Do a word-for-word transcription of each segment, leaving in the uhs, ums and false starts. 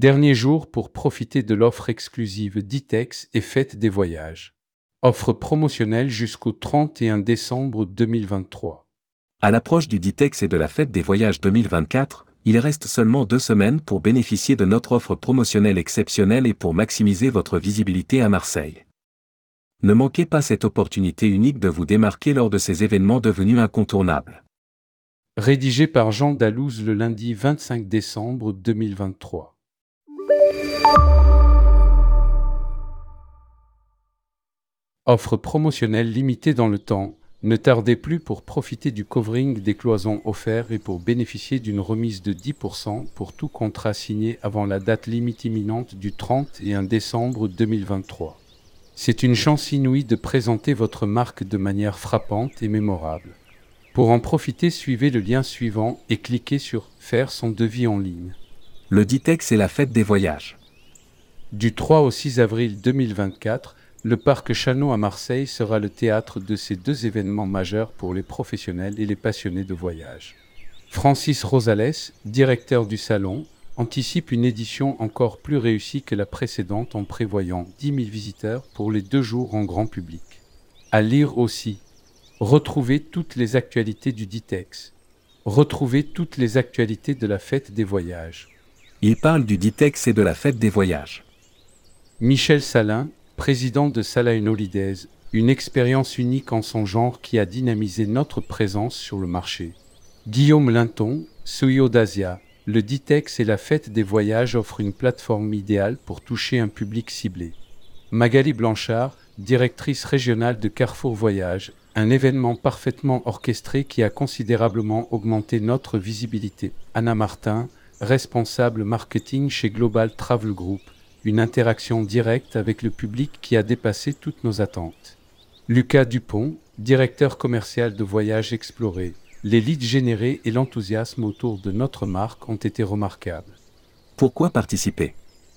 Dernier jour pour profiter de l'offre exclusive Ditex et Fête des voyages. Offre promotionnelle jusqu'au trente et un décembre deux mille vingt-trois. À l'approche du Ditex et de la Fête des voyages deux mille vingt-quatre, il reste seulement deux semaines pour bénéficier de notre offre promotionnelle exceptionnelle et pour maximiser votre visibilité à Marseille. Ne manquez pas cette opportunité unique de vous démarquer lors de ces événements devenus incontournables. Rédigé par Jean Dalouse le lundi vingt-cinq décembre deux mille vingt-trois. Offre promotionnelle limitée dans le temps. Ne tardez plus pour profiter du covering des cloisons offerts et pour bénéficier d'une remise de dix pour cent pour tout contrat signé avant la date limite imminente du trente et un décembre deux mille vingt-trois. C'est une chance inouïe de présenter votre marque de manière frappante et mémorable. Pour en profiter, suivez le lien suivant et cliquez sur « Faire son devis en ligne ». Le Ditex et la Fête des voyages. Du trois au six avril deux mille vingt-quatre, le parc Chano à Marseille sera le théâtre de ces deux événements majeurs pour les professionnels et les passionnés de voyage. Francis Rosales, directeur du salon, anticipe une édition encore plus réussie que la précédente en prévoyant dix mille visiteurs pour les deux jours en grand public. À lire aussi. Retrouvez toutes les actualités du Ditex. Retrouvez toutes les actualités de la Fête des voyages. Il parle du Ditex et de la Fête des voyages. Michel Salin, président de Salain Holidays, une expérience unique en son genre qui a dynamisé notre présence sur le marché. Guillaume Linton, C E O d'Asia, le Ditex et la Fête des voyages offrent une plateforme idéale pour toucher un public ciblé. Magali Blanchard, directrice régionale de Carrefour Voyage, un événement parfaitement orchestré qui a considérablement augmenté notre visibilité. Anna Martin, responsable marketing chez Global Travel Group, une interaction directe avec le public qui a dépassé toutes nos attentes. Lucas Dupont, directeur commercial de Voyages Explorés, les leads générés et l'enthousiasme autour de notre marque ont été remarquables. Pourquoi participer ?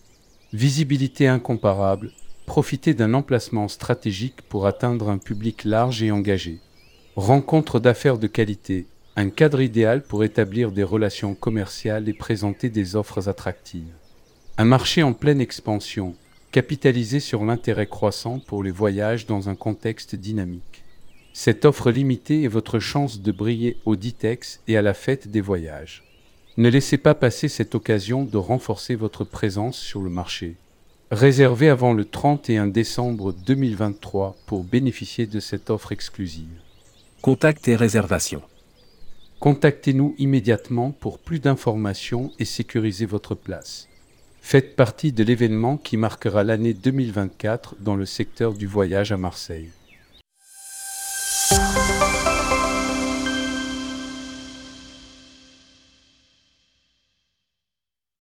Visibilité incomparable, profiter d'un emplacement stratégique pour atteindre un public large et engagé. Rencontre d'affaires de qualité, un cadre idéal pour établir des relations commerciales et présenter des offres attractives. Un marché en pleine expansion, capitalisé sur l'intérêt croissant pour les voyages dans un contexte dynamique. Cette offre limitée est votre chance de briller au Ditex et à la Fête des voyages. Ne laissez pas passer cette occasion de renforcer votre présence sur le marché. Réservez avant le trente et un décembre deux mille vingt-trois pour bénéficier de cette offre exclusive. Contact et réservation. Contactez-nous immédiatement pour plus d'informations et sécurisez votre place. Faites partie de l'événement qui marquera l'année deux mille vingt-quatre dans le secteur du voyage à Marseille.